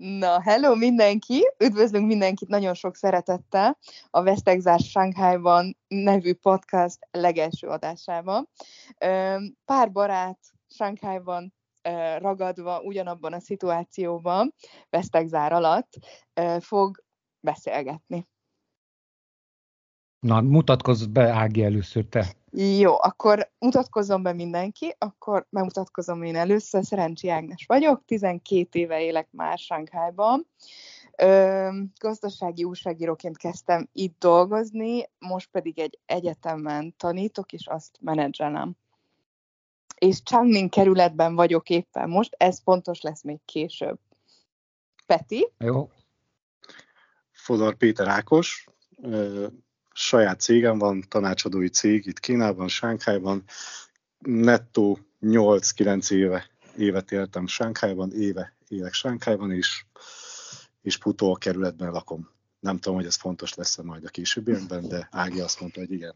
Na, hello mindenki! Üdvözlünk mindenkit nagyon sok szeretettel a Vesztegzár Shanghaiban nevű podcast legelső adásában. Pár barát Shanghaiban ragadva ugyanabban a szituációban, Vesztegzár alatt fog beszélgetni. Na, mutatkozz be, Ági, először te. Jó, akkor mutatkozzon be mindenki, akkor bemutatkozom én először. Szerencsi Ágnes vagyok, 12 éve élek már Shanghaiban. Gazdasági újságíróként kezdtem itt dolgozni, most pedig egy egyetemen tanítok, és azt menedzselem. És Changning kerületben vagyok éppen most, ez fontos lesz még később. Peti? Jó. Fodor Péter Ákos, saját cégem van, tanácsadói cég itt Kínában, Shanghaiban. Nettó 8-9 évet éltem Shanghaiban, élek Shanghaiban, és Putó kerületben lakom. Nem tudom, hogy ez fontos lesz majd a későbbiekben, de Ági azt mondta, hogy igen.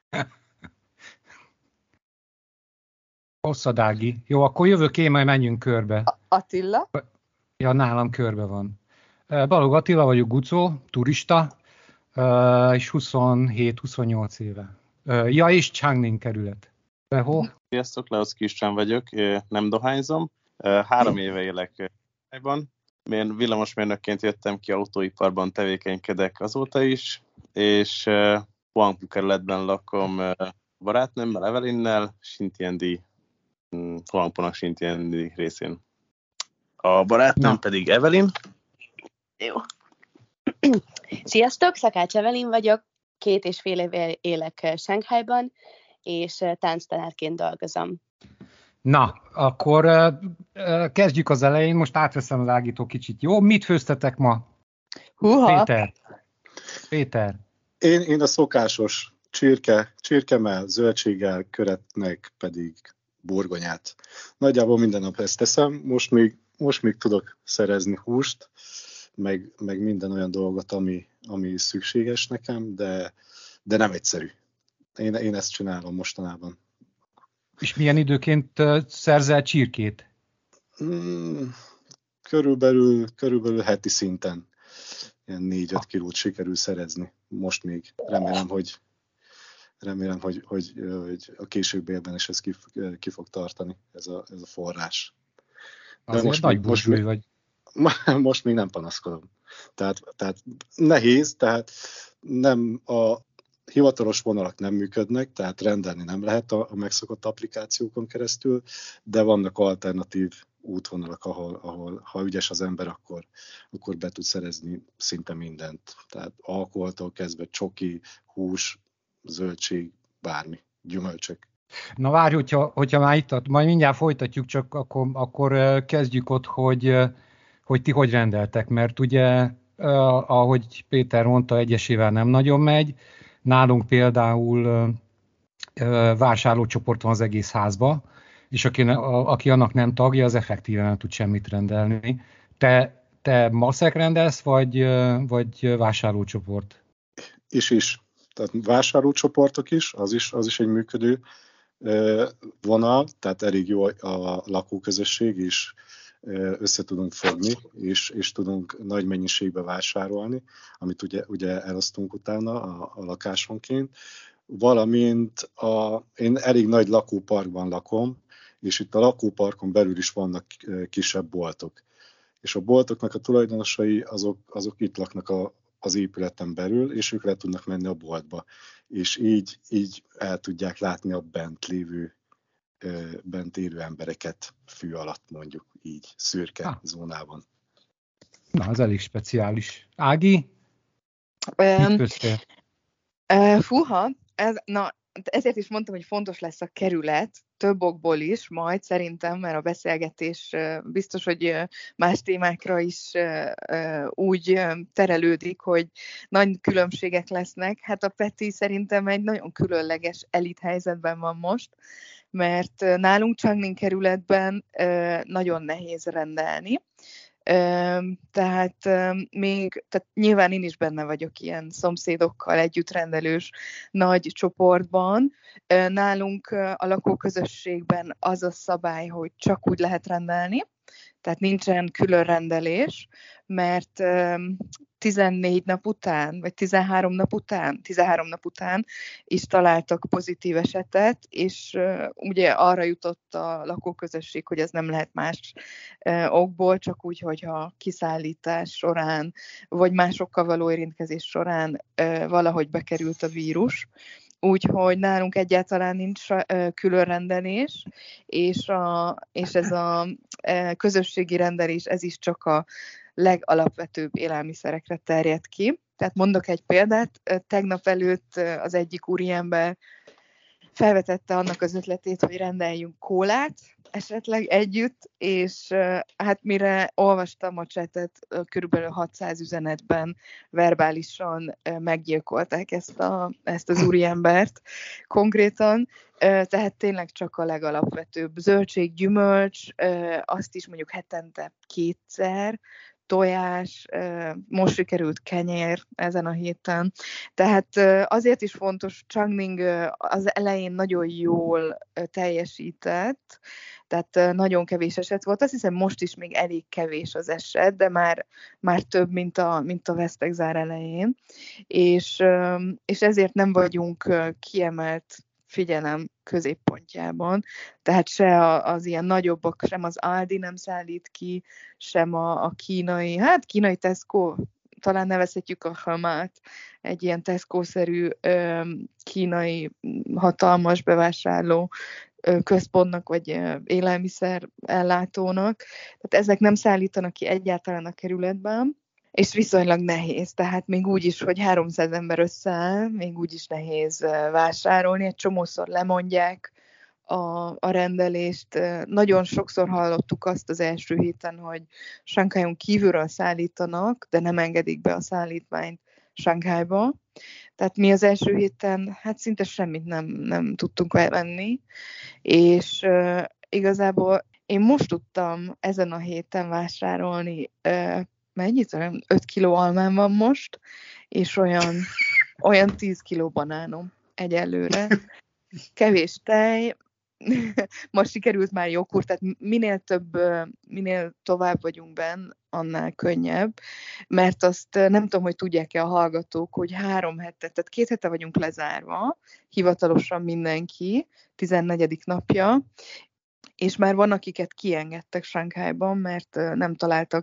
Hosszad, Ági. Jó, akkor jövök én, majd menjünk körbe. Attila? Ja, nálam körbe van. Balog Attila vagyok, Gucó, turista, és 27-28 éve. Ja, és Changning kerület. Behol? Sziasztok, Leoszki István vagyok, nem dohányzom. 3 éve élek Shanghaiban. Én villamosmérnökként jöttem ki, autóiparban tevékenykedek azóta is, és Huangpu kerületben lakom barátnőmmel, Evelynnel, Xintiendi, Huangpunak Xintiendi részén. A barátnőm pedig Evelyn. Jó. Sziasztok, Szakács Evelyn vagyok, 2,5 éve élek Shanghaiban, és tánctanárként dolgozom. Na, akkor kezdjük az elején, most átveszem az Ágitól kicsit. Jó, mit főztetek ma? Húha! Péter. Én a szokásos csirkemmel, zöldséggel, köretnek pedig burgonyát. Nagyjából minden nap ezt teszem, most még tudok szerezni húst, meg minden olyan dolgot, ami szükséges nekem, de nem egyszerű. Én ezt csinálom mostanában. És milyen időként szerzel csirkét? Körülbelül heti szinten. Ilyen 4-5 kilót sikerül szerezni. Most még. Remélem, hogy a későbbiekben is ez ki fog tartani, ez a forrás. De azért nagy burzsúly vagy. Most még nem panaszkodom. Tehát nehéz, tehát nem a hivatalos vonalak nem működnek, tehát rendelni nem lehet a megszokott applikációkon keresztül, de vannak alternatív útvonalak, ahol ha ügyes az ember, akkor be tud szerezni szinte mindent. Tehát alkoholtól kezdve csoki, hús, zöldség, bármi, gyümölcsök. Na várj, hogyha már itt, majd mindjárt folytatjuk, csak akkor kezdjük ott, hogy ti hogy rendeltek, mert ugye, ahogy Péter mondta, egyesével nem nagyon megy. Nálunk például vásárlócsoport van az egész házba, és aki annak nem tagja, az effektíven nem tud semmit rendelni. Te maszek rendelsz, vagy vásárlócsoport? Is. Tehát vásárlócsoportok is, az is egy működő vonal, tehát elég jó a lakóközösség is, össze tudunk fogni, és tudunk nagy mennyiségbe vásárolni, amit ugye elosztunk utána a lakásonként, valamint én elég nagy lakóparkban lakom, és itt a lakóparkon belül is vannak kisebb boltok. És a boltoknak a tulajdonosai azok itt laknak az épületen belül, és ők le tudnak menni a boltba. És így el tudják látni a bent élő embereket fű alatt, mondjuk így, szürke zónában. Na, az elég speciális. Ági? Mit főztél? Fúha, ezért is mondtam, hogy fontos lesz a kerület, több okból is majd szerintem, mert a beszélgetés biztos, hogy más témákra is úgy terelődik, hogy nagy különbségek lesznek. Hát a Peti szerintem egy nagyon különleges elit helyzetben van most, mert nálunk Changning kerületben nagyon nehéz rendelni. Tehát nyilván én is benne vagyok ilyen szomszédokkal együttrendelős nagy csoportban. Nálunk a lakóközösségben az a szabály, hogy csak úgy lehet rendelni, Tehát nincsen külön rendelés, mert 14 nap után, vagy 13 nap után is találtak pozitív esetet, és ugye arra jutott a lakóközösség, hogy ez nem lehet más okból, csak úgy, hogyha kiszállítás során, vagy másokkal való érintkezés során valahogy bekerült a vírus. Úgyhogy nálunk egyáltalán nincs külön rendelés, és ez a közösségi rendelés, ez is csak a legalapvetőbb élelmiszerekre terjed ki. Tehát mondok egy példát, tegnap előtt az egyik úriember felvetette annak az ötletét, hogy rendeljünk kólát esetleg együtt, és hát mire olvastam a csetet, körülbelül 600 üzenetben verbálisan meggyilkolták ezt az úriembert konkrétan, tehát tényleg csak a legalapvetőbb zöldség, gyümölcs, azt is mondjuk hetente 2-szer, tojás, most sikerült kenyér ezen a héten. Tehát azért is fontos, Changning az elején nagyon jól teljesített, tehát nagyon kevés eset volt. Azt hiszem most is még elég kevés az eset, de már több, mint a Vesztegzár elején. És ezért nem vagyunk kiemelt figyelem középpontjában, tehát se az ilyen nagyobbak, sem az Aldi nem szállít ki, sem a kínai Tesco, talán nevezhetjük a Hamát, egy ilyen Tesco-szerű kínai hatalmas bevásárló központnak, vagy élelmiszer ellátónak. Tehát ezek nem szállítanak ki egyáltalán a kerületben, és viszonylag nehéz, tehát még úgy is, hogy 300 ember összeáll, még úgy is nehéz vásárolni, egy csomószor lemondják a rendelést. Nagyon sokszor hallottuk azt az első héten, hogy Shanghaion kívülről szállítanak, de nem engedik be a szállítmányt Shanghaiba. Tehát mi az első héten hát szinte semmit nem tudtunk venni, és igazából én most tudtam ezen a héten vásárolni, mennyit? 5 kiló almám van most, és olyan 10 kiló banánom egyelőre. Kevés tej, most sikerült már joghurt, tehát minél tovább vagyunk benn, annál könnyebb, mert azt nem tudom, hogy tudják-e a hallgatók, hogy 3 hete, tehát 2 hete vagyunk lezárva, hivatalosan mindenki, 14. napja, és már van, akiket kiengedtek Shanghaiban, mert nem találtak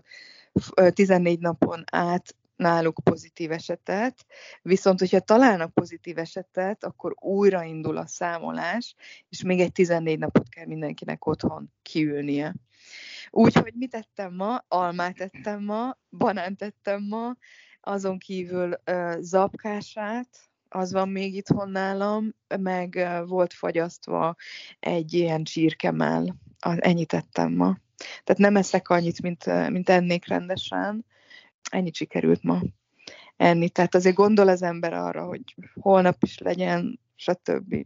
14 napon át náluk pozitív esetet, viszont hogyha találnak pozitív esetet, akkor újraindul a számolás, és még egy 14 napot kell mindenkinek otthon kiülnie. Úgyhogy mit tettem ma? Almát tettem ma, banánt tettem ma, azon kívül zapkását, az van még itthon nálam, meg volt fagyasztva egy ilyen csirkemell, ennyit tettem ma. Tehát nem eszek annyit, mint ennék rendesen. Ennyit sikerült ma enni. Tehát azért gondol az ember arra, hogy holnap is legyen, stb.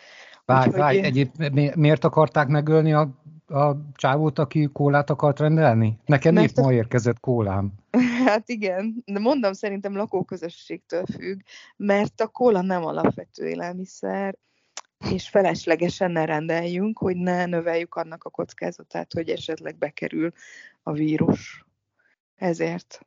Várj, egyébként miért akarták megölni a csávót, aki kólát akart rendelni? Nekem épp ma érkezett kólám. Hát igen, de mondom, szerintem lakóközösségtől függ, mert a kóla nem alapvető élelmiszer, és feleslegesen ne rendeljünk, hogy ne növeljük annak a kockázatát, hogy esetleg bekerül a vírus. Ezért.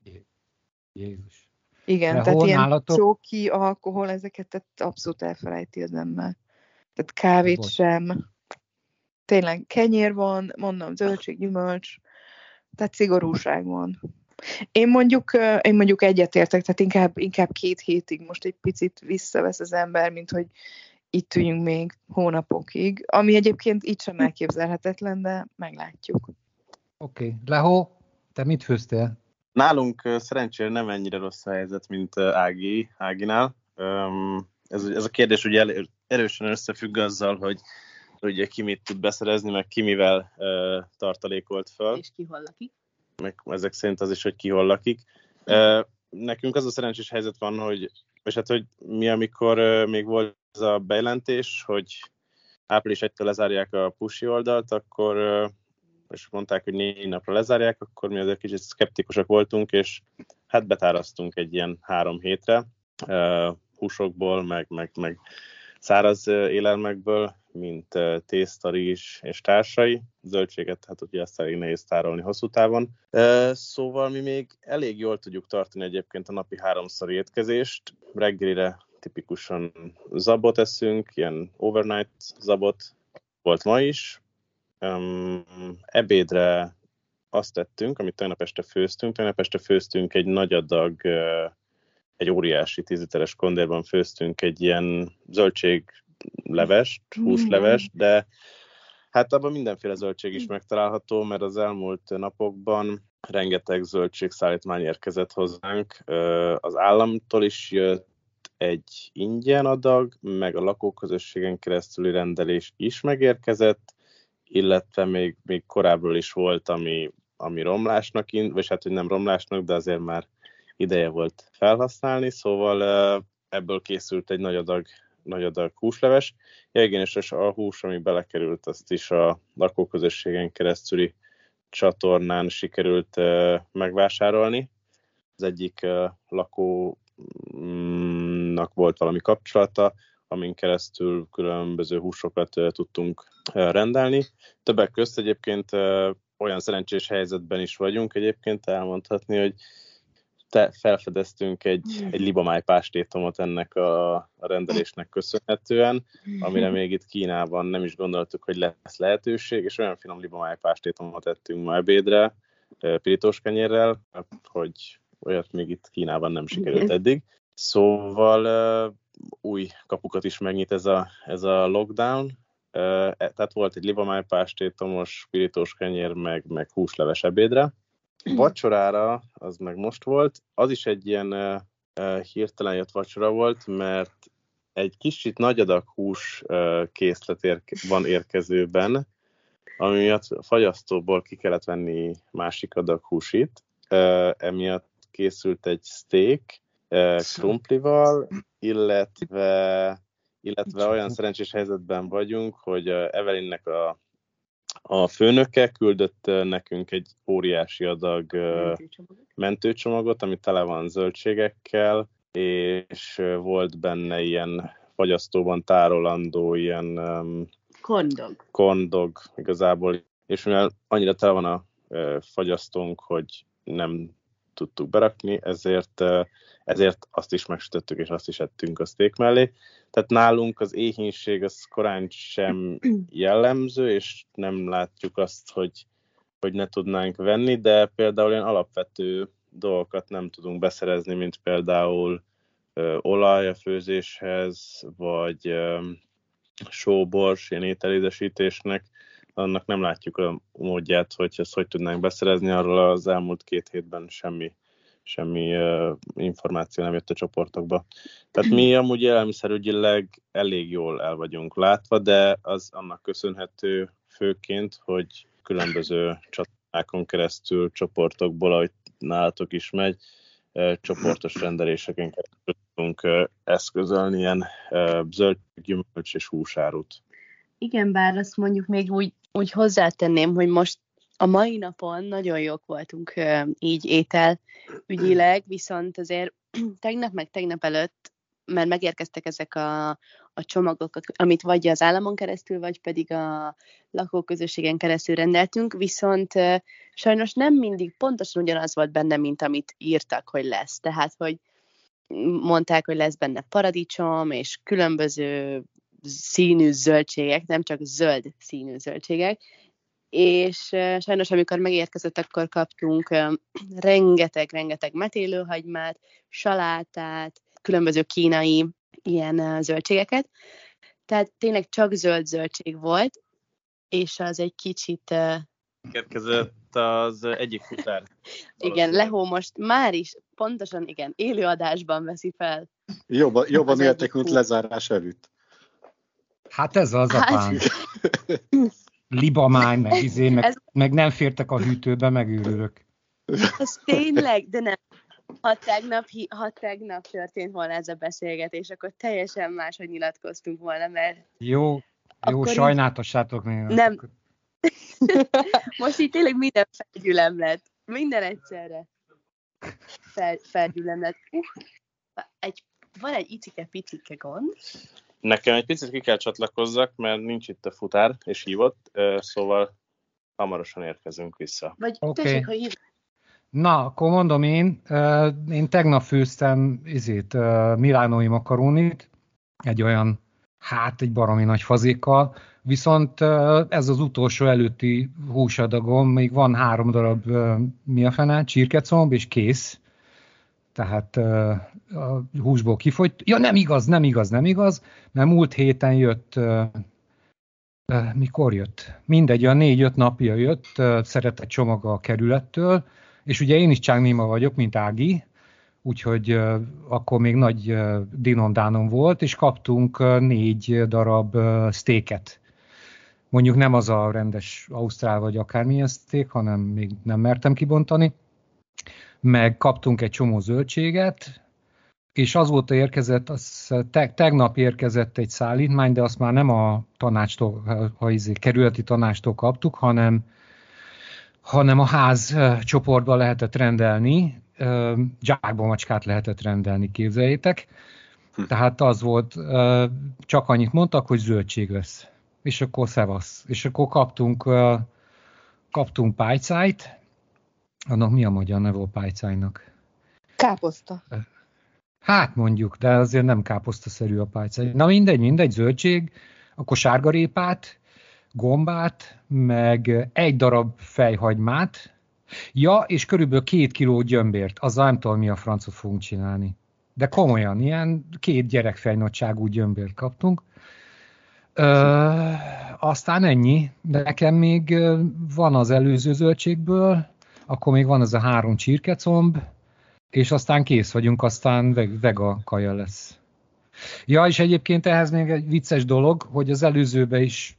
Jézus. Igen, de tehát ilyen csóki, alkohol, ezeket abszolút elfelejti az ember. Tehát kávét sem. Tényleg kenyér van, mondom, zöldség, gyümölcs, tehát szigorúság van. Én mondjuk egyetértek, tehát inkább 2 hétig most egy picit visszavesz az ember, mint hogy itt üljünk még hónapokig, ami egyébként így sem elképzelhetetlen, de meglátjuk. Oké. Lehó, te mit főztél? Nálunk szerencsére nem ennyire rossz a helyzet, mint Áginál. Ez a kérdés ugye erősen összefügg azzal, hogy ki mit tud beszerezni, meg ki mivel tartalékolt föl. És ki hol lakik. Meg ezek szerint az is, hogy ki hol lakik. Nekünk az a szerencsés helyzet van, hogy mi, amikor még volt ez a bejelentés, hogy április 1-től lezárják a pusi oldalt, akkor és mondták, hogy 4 napra lezárják, akkor mi azért kicsit szkeptikusak voltunk, és hát betáraztunk egy ilyen 3 hétre, húsokból, meg száraz élelmekből mint tészta, rizs és társai. Zöldséget, hát ugye ezt elég nehéz tárolni hosszú távon. Szóval mi még elég jól tudjuk tartani egyébként a napi 3-szor étkezést. Reggelire tipikusan zabot eszünk, ilyen overnight zabot volt ma is. Ebédre azt tettünk, amit tegnap este főztünk. Tegnap este főztünk egy nagy adag, egy óriási 10 literes kondérban főztünk egy ilyen zöldséglevest, húslevest, de hát abban mindenféle zöldség is megtalálható, mert az elmúlt napokban rengeteg zöldségszállítmány érkezett hozzánk. Az államtól is jött egy ingyen adag, meg a lakóközösségen keresztüli rendelés is megérkezett, illetve még korábbról is volt, ami romlásnak, vagy hát, hogy nem romlásnak, de azért már ideje volt felhasználni, szóval ebből készült egy nagy adag húsleves. És a hús, ami belekerült, azt is a lakóközösségen keresztüli csatornán sikerült megvásárolni. Az egyik lakónak volt valami kapcsolata, amin keresztül különböző húsokat tudtunk rendelni. Többek közt egyébként olyan szerencsés helyzetben is vagyunk egyébként elmondhatni, hogy felfedeztünk egy libamájpástétomot ennek a rendelésnek köszönhetően, amire még itt Kínában nem is gondoltuk, hogy lesz lehetőség, és olyan finom libamájpástétomot ettünk ma ebédre, pirítós kenyérrel, hogy olyat még itt Kínában nem sikerült eddig. Szóval új kapukat is megnyit ez a lockdown. Tehát volt egy libamájpástétomos, pirítós kenyér, meg húsleves ebédre. Vacsorára, az meg most volt, az is egy ilyen hirtelen jött vacsora volt, mert egy kicsit nagy adag hús készlet van érkezőben, ami miatt a fagyasztóból ki kellett venni másik adag húsit, emiatt készült egy steak krumplival, illetve olyan szerencsés helyzetben vagyunk, hogy Evelynnek a főnöke küldött nekünk egy óriási adag mentőcsomagot, ami tele van zöldségekkel, és volt benne ilyen fagyasztóban tárolandó ilyen corn dog igazából, és mivel annyira tele van a fagyasztónk, hogy nem tudtuk berakni, ezért azt is megsütöttük, és azt is ettünk a steak mellé. Tehát nálunk az éhínség az korán sem jellemző, és nem látjuk azt, hogy ne tudnánk venni, de például ilyen alapvető dolgokat nem tudunk beszerezni, mint például olaj a főzéshez, vagy sóbors, ilyen ételédesítésnek, annak nem látjuk a módját, hogy ezt hogy tudnánk beszerezni, arról az elmúlt 2 hétben semmi információ nem jött a csoportokba. Tehát mi amúgy élelmiszerügyileg elég jól el vagyunk látva, de az annak köszönhető főként, hogy különböző csatornákon keresztül, csoportokból, ahogy nálatok is megy, csoportos rendeléseken keresztül tudunk eszközölni ilyen zöld, gyümölcs és húsárut. Igen, bár azt mondjuk még úgy hozzátenném, hogy most a mai napon nagyon jók voltunk így ételügyileg, viszont azért tegnap előtt, mert megérkeztek ezek a csomagok, amit vagy az államon keresztül, vagy pedig a lakóközösségen keresztül rendeltünk, viszont sajnos nem mindig pontosan ugyanaz volt benne, mint amit írtak, hogy lesz. Tehát, hogy mondták, hogy lesz benne paradicsom, és különböző színű zöldségek, nem csak zöld színű zöldségek, és sajnos amikor megérkezett, akkor kaptunk rengeteg metélőhagymát, salátát, különböző kínai ilyen zöldségeket, tehát tényleg csak zöld zöldség volt, és az egy kicsit... Érkezett az egyik futár. Igen, Lehó most már is, pontosan igen, élő adásban veszi fel. Jobban éltek, mint lezárás előtt. Hát ez az apám. Libamány, meg nem fértek a hűtőbe, megőrülök. Ez tényleg, de nem. Ha tegnap történt volna ez a beszélgetés, akkor teljesen máshogy nyilatkoztunk volna, mert... Jó, sajnáltassátok még. Nem. Most így tényleg minden felgyülem lett. Minden egyszerre. Felgyülem lett. Van egy icike-picike gond. Nekem egy picit ki kell csatlakozzak, mert nincs itt a futár, és hívott, szóval hamarosan érkezünk vissza. Vagy Oké. tessék, ha hív. Na, akkor mondom én tegnap főztem milánói makarónit, egy olyan, egy baromi nagy fazékkal, viszont ez az utolsó előtti húsadagom, még van 3 darab, mi a fene, csirkecomb, és kész. Tehát a húsból kifogyt. Ja, nem igaz, mert múlt héten jött, mikor jött? Mindegy, olyan 4-5 napja jött, szeretett csomag a kerülettől, és ugye én is Csángnéma vagyok, mint Ági, úgyhogy akkor még nagy dinom-dánom volt, és kaptunk 4 darab steaket. Mondjuk nem az a rendes ausztrál vagy akármilyen steak, hanem még nem mertem kibontani. Meg kaptunk egy csomó zöldséget, és azóta érkezett, tegnap érkezett egy szállítmány, de azt már nem a tanácstól, kerületi tanácstól kaptuk, hanem a ház csoportba lehetett rendelni, zsákba macskát lehetett rendelni, képzeljétek. Tehát az volt, csak annyit mondtak, hogy zöldség lesz. És akkor szevasz. És akkor kaptunk pájcájt. Annak mi a magyar neve a pájcájnak? Káposzta. Hát mondjuk, de azért nem káposztaszerű a pájcáj. Na mindegy, zöldség, akkor sárgarépát, gombát, meg 1 darab fejhagymát, ja, és körülbelül 2 kiló gyömbért. Azzal nem tudom, mi a francot fogunk csinálni. De komolyan, ilyen 2 gyerekfejnagyságú gyömbért kaptunk. Aztán ennyi. De nekem még van az előző zöldségből, akkor még van az a 3 csirkecomb, és aztán kész vagyunk, aztán vega kaja lesz. Ja, és egyébként ehhez még egy vicces dolog, hogy az előzőben is,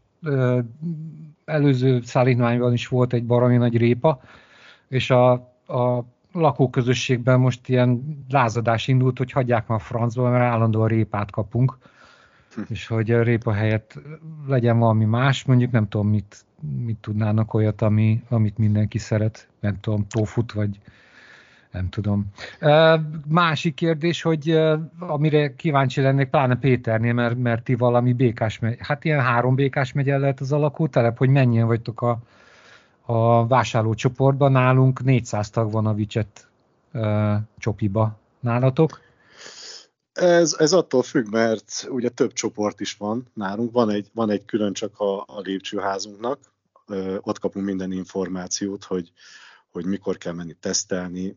előző szállítmányban is volt egy baromi nagy répa, és a lakóközösségben most ilyen lázadás indult, hogy hagyják már a francba, mert állandóan répát kapunk, és hogy a répa helyett legyen valami más, mondjuk nem tudom, mit tudnának olyat, amit mindenki szeret, nem tudom, tófut, vagy nem tudom. Másik kérdés, hogy amire kíváncsi lennék, pláne Péternél, mert ti valami békás hát ilyen 3 békás megye lehet az alakótelep, hogy mennyien vagytok a vásárlócsoportban. Nálunk 400 tag van a WeChat csopiba. Nálatok? Ez attól függ, mert ugye több csoport is van nálunk. Van egy külön csak a lépcsőházunknak. Ott kapunk minden információt, hogy mikor kell menni tesztelni.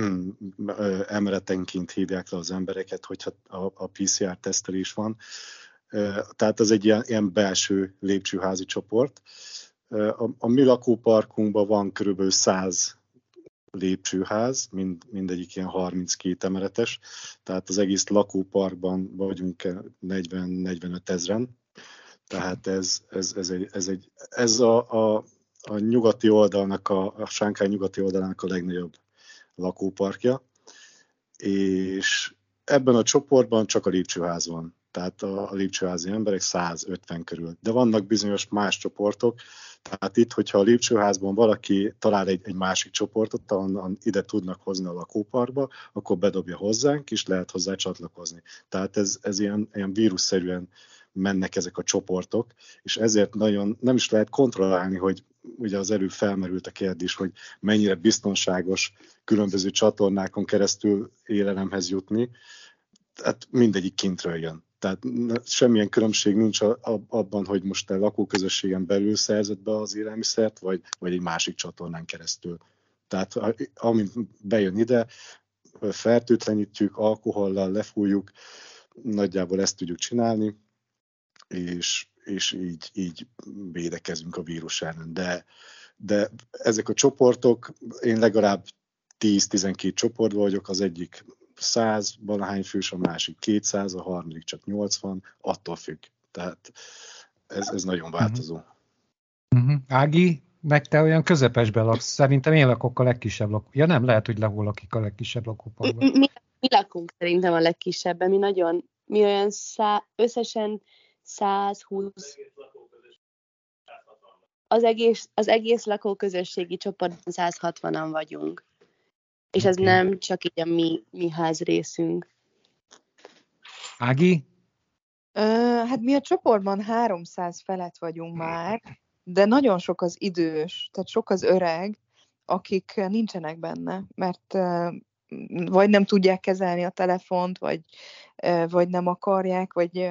Emeletenként hívják le az embereket, hogyha a PCR tesztelés van. Tehát az egy ilyen belső lépcsőházi csoport. A mi lakóparkunkban van kb. 100 lépcsőház, mindegyik ilyen 32 emeletes, tehát az egész lakóparkban vagyunk 40-45 ezren. Tehát ez a nyugati oldalnak, a Sánghái nyugati oldalnak a legnagyobb lakóparkja, és ebben a csoportban csak a lépcsőház van. Tehát a lépcsőházi emberek 150 körül. De vannak bizonyos más csoportok, tehát itt, hogyha a lépcsőházban valaki talál egy másik csoportot, ahonnan ide tudnak hozni a lakóparkba, akkor bedobja hozzánk, és lehet hozzá csatlakozni. Tehát ez ilyen vírusszerűen mennek ezek a csoportok, és ezért nagyon nem is lehet kontrollálni, hogy ugye az előbb felmerült a kérdés, hogy mennyire biztonságos különböző csatornákon keresztül élelemhez jutni. Tehát mindegyik kintről jön. Tehát semmilyen különbség nincs abban, hogy most a lakóközösségen belül szerzett be az élelmiszert, vagy egy másik csatornán keresztül. Tehát amint bejön ide, fertőtlenítjük, alkohollal lefújjuk, nagyjából ezt tudjuk csinálni, és így védekezünk a vírus ellen. De ezek a csoportok, én legalább 10-12 csoportban vagyok, az egyik 100 valahány fős, a másik 200, a harmadik csak 80, attól függ. Tehát ez nagyon változó. Ági, meg te olyan közepesben laksz. Szerintem én lakok a legkisebb lakóparkban. Ja nem, lehet, hogy lehol lakik a legkisebb lakóparkban. Mi lakunk szerintem a legkisebben. Mi olyan összesen 120... Az egész lakóközösségi csoportban 160-an vagyunk. És ez nem csak így a mi ház részünk. Ági? Hát mi a csoportban 300 felett vagyunk már, de nagyon sok az idős, tehát sok az öreg, akik nincsenek benne, mert vagy nem tudják kezelni a telefont, vagy nem akarják, vagy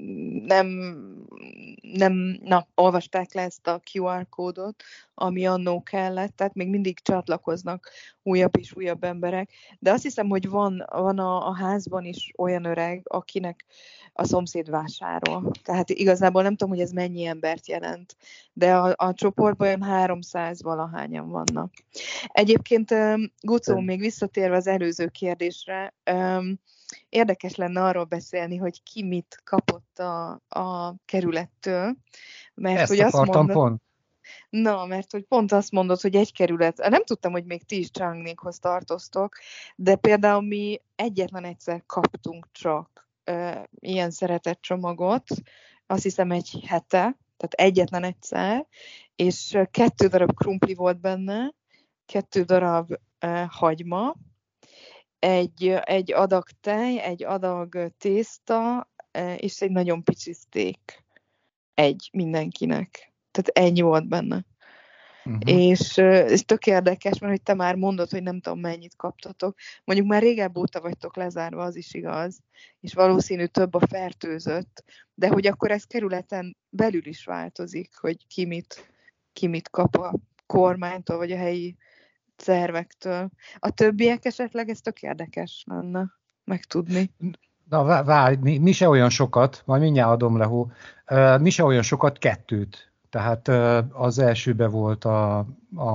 nem olvasták le ezt a QR kódot, ami annó kellett, tehát még mindig csatlakoznak újabb és újabb emberek. De azt hiszem, hogy van a házban is olyan öreg, akinek a szomszéd vásárol. Tehát igazából nem tudom, hogy ez mennyi embert jelent, de a csoportban olyan 300 valahányan vannak. Egyébként, Gucó, még visszatérve az előző kérdésre, érdekes lenne arról beszélni, hogy ki mit kapott a kerülettől. Mert, ezt hogy akartam pont. Na, mert hogy pont azt mondod, hogy egy kerület, nem tudtam, hogy még ti is Csangnékhoz tartoztok, de például mi egyetlen egyszer kaptunk csak ilyen szeretett csomagot, azt hiszem egy hete, tehát egyetlen egyszer, és 2 darab krumpli volt benne, 2 darab hagyma, egy adag tej, egy adag tészta, és egy nagyon pici steak. Egy mindenkinek. Tehát ennyi volt benne. És ez tök érdekes, mert hogy te már mondod, hogy nem tudom mennyit kaptatok. Mondjuk már régebb óta vagytok lezárva, az is igaz, és valószínű több a fertőzött, de hogy akkor ez kerületen belül is változik, hogy ki mit kap a kormánytól, vagy a helyi szervektől. A többiek esetleg ez tök érdekes lenne megtudni. Na várj, mi se olyan sokat, majd mindjárt adom Lehó, mi se olyan sokat, 2. Tehát az elsőben volt a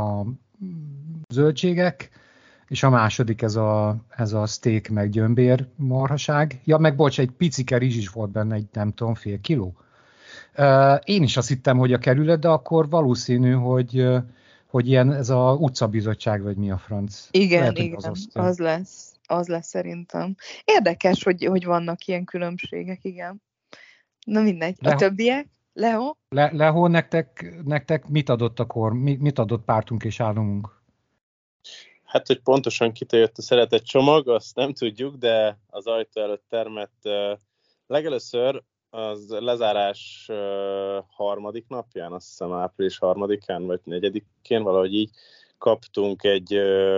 zöldségek, és a második ez a steak meg gyömbér marhaság. Ja, meg bocs, egy picike rizs is volt benne, egy nem tudom, fél kiló. Én is azt hittem, hogy a kerület, de akkor valószínű, hogy ilyen ez a utcabizottság, vagy mi a franc. Igen, lehet, igen, az lesz szerintem. Érdekes, hogy vannak ilyen különbségek, igen. Na mindegy. A többiek? Leo? Leo, nektek mit adott mit adott pártunk és államunk? Hát, hogy pontosan kitejött a szeretett csomag, azt nem tudjuk, de az ajtó előtt termett legelőször az lezárás 3. napján, azt hiszem április 3-án, vagy 4-én, valahogy így kaptunk egy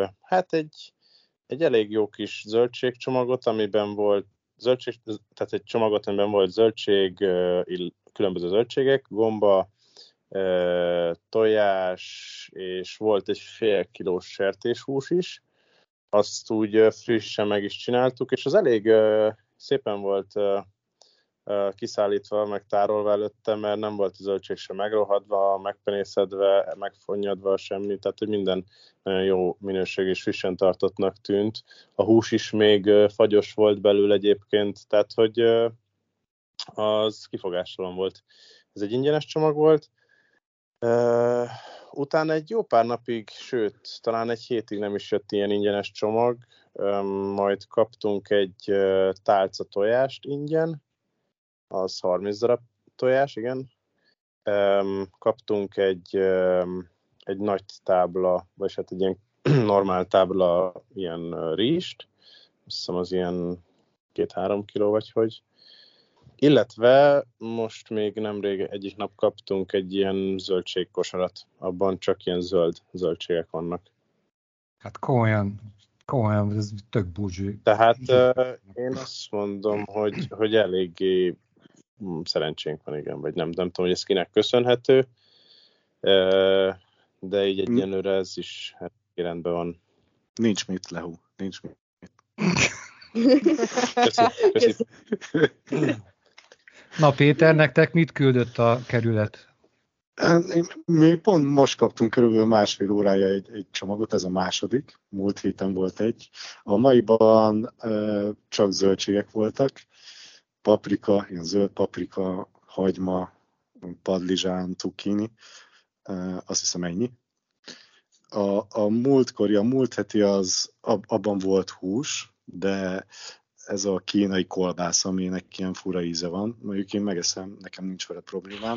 elég jó kis zöldségcsomagot, amiben volt tehát egy csomagot, amiben volt zöldség, különböző zöldségek, gomba, tojás, és volt egy fél kilós sertéshús is. Azt úgy frissen meg is csináltuk, és az elég szépen volt kiszállítva, meg tárolva előtte, mert nem volt a zöldség sem megrohadva, megpenészedve, megfonnyadva, semmi, tehát hogy minden nagyon jó minőség és frissen tartottnak tűnt. A hús is még fagyos volt belül egyébként, tehát hogy az kifogástalan volt. Ez egy ingyenes csomag volt. Utána egy jó pár napig, sőt, talán egy hétig nem is jött ilyen ingyenes csomag, majd kaptunk egy tálca tojást ingyen, az 30 darab tojás, igen. Kaptunk egy nagy tábla, vagy hát egy ilyen normál tábla ilyen rizst, azt hiszem az ilyen 2-3 kiló vagy hogy. Illetve most még nemrég egyik nap kaptunk egy ilyen zöldségkosarat, abban csak ilyen zöldségek vannak. Hát komolyan, ez tök burzsű. Tehát én azt mondom, hogy eléggé szerencsénk van, igen, vagy nem tudom, hogy ez kinek köszönhető, de így egyenlőre ez is rendben van. Nincs mit, Lehó, nincs mit. Köszi. Na Péter, nektek mit küldött a kerület? Mi pont most kaptunk körülbelül 1,5 órája egy csomagot, ez a második, múlt héten volt egy. A maiban csak zöldségek voltak, paprika, ilyen zöld paprika, hagyma, padlizsán, cukkini, azt hiszem ennyi. A múlt heti abban volt hús, de ez a kínai kolbász, aminek ilyen fura íze van. Mondjuk én megeszem, nekem nincs vele problémám,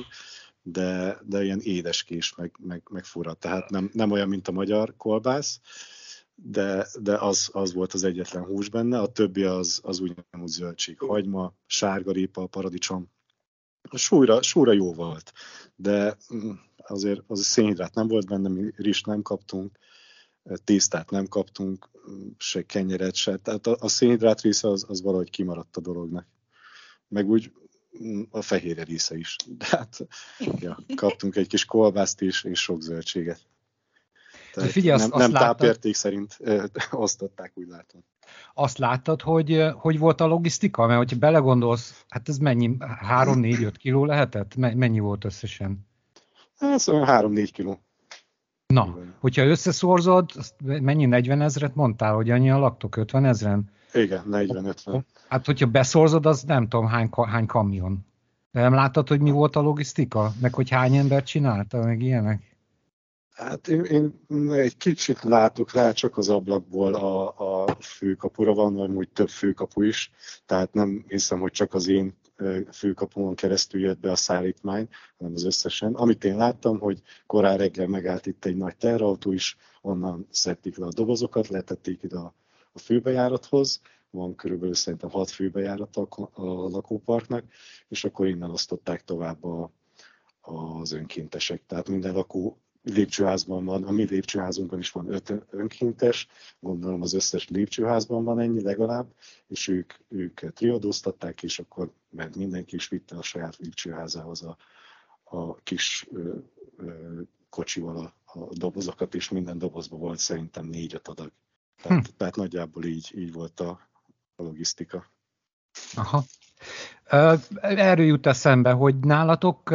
de ilyen édeskés, meg fura. Tehát nem olyan, mint a magyar kolbász. de az volt az egyetlen hús benne, a többi az ugyanúgy zöldség, hagyma, sárgarépa, paradicsom. A súlyra jó volt, de azért szénhidrát nem volt benne, mi rizst nem kaptunk, tésztát nem kaptunk, se kenyeret se, tehát a szénhidrát része az valahogy kimaradt a dolognak. Meg úgy a fehérje része is. De hát kaptunk egy kis kolbászt is, és sok zöldséget. Tehát figyelj, nem tápérték szerint osztották, úgy látom. Azt láttad, hogy volt a logisztika? Mert hogyha belegondolsz, hát ez mennyi, 3-4-5 kiló lehetett? Mennyi volt összesen? Ez olyan 3-4 kiló. Na, hogyha összeszorzod, mennyi 40 000 mondtál, hogy annyian laktok, 50 000? Igen, 40-50. Hát, hogyha beszorzod, az nem tudom hány kamion. De nem láttad, hogy mi volt a logisztika? Meg hogy hány embert csinálta, meg ilyenek? Hát én egy kicsit látok rá csak az ablakból a főkapura, van amúgy több főkapu is, tehát nem hiszem, hogy csak az én főkapumon keresztül jött be a szállítmány, hanem az összesen. Amit én láttam, hogy korán reggel megállt itt egy nagy teherautó is, onnan szedték le a dobozokat, letették ide a főbejárathoz, van körülbelül szerintem 6 főbejárata a lakóparknak, és akkor innen osztották tovább az önkéntesek. Tehát minden lakó lépcsőházban van, a mi lépcsőházunkban is van 5 önkéntes, gondolom az összes lépcsőházban van ennyi legalább, és ők triadóztatták, és akkor mert mindenki is vitte a saját lépcsőházához a kis kocsival a dobozokat, és minden dobozban volt szerintem 4-5 adag. Tehát nagyjából így volt a logisztika. Aha. Erről jut eszembe, hogy nálatok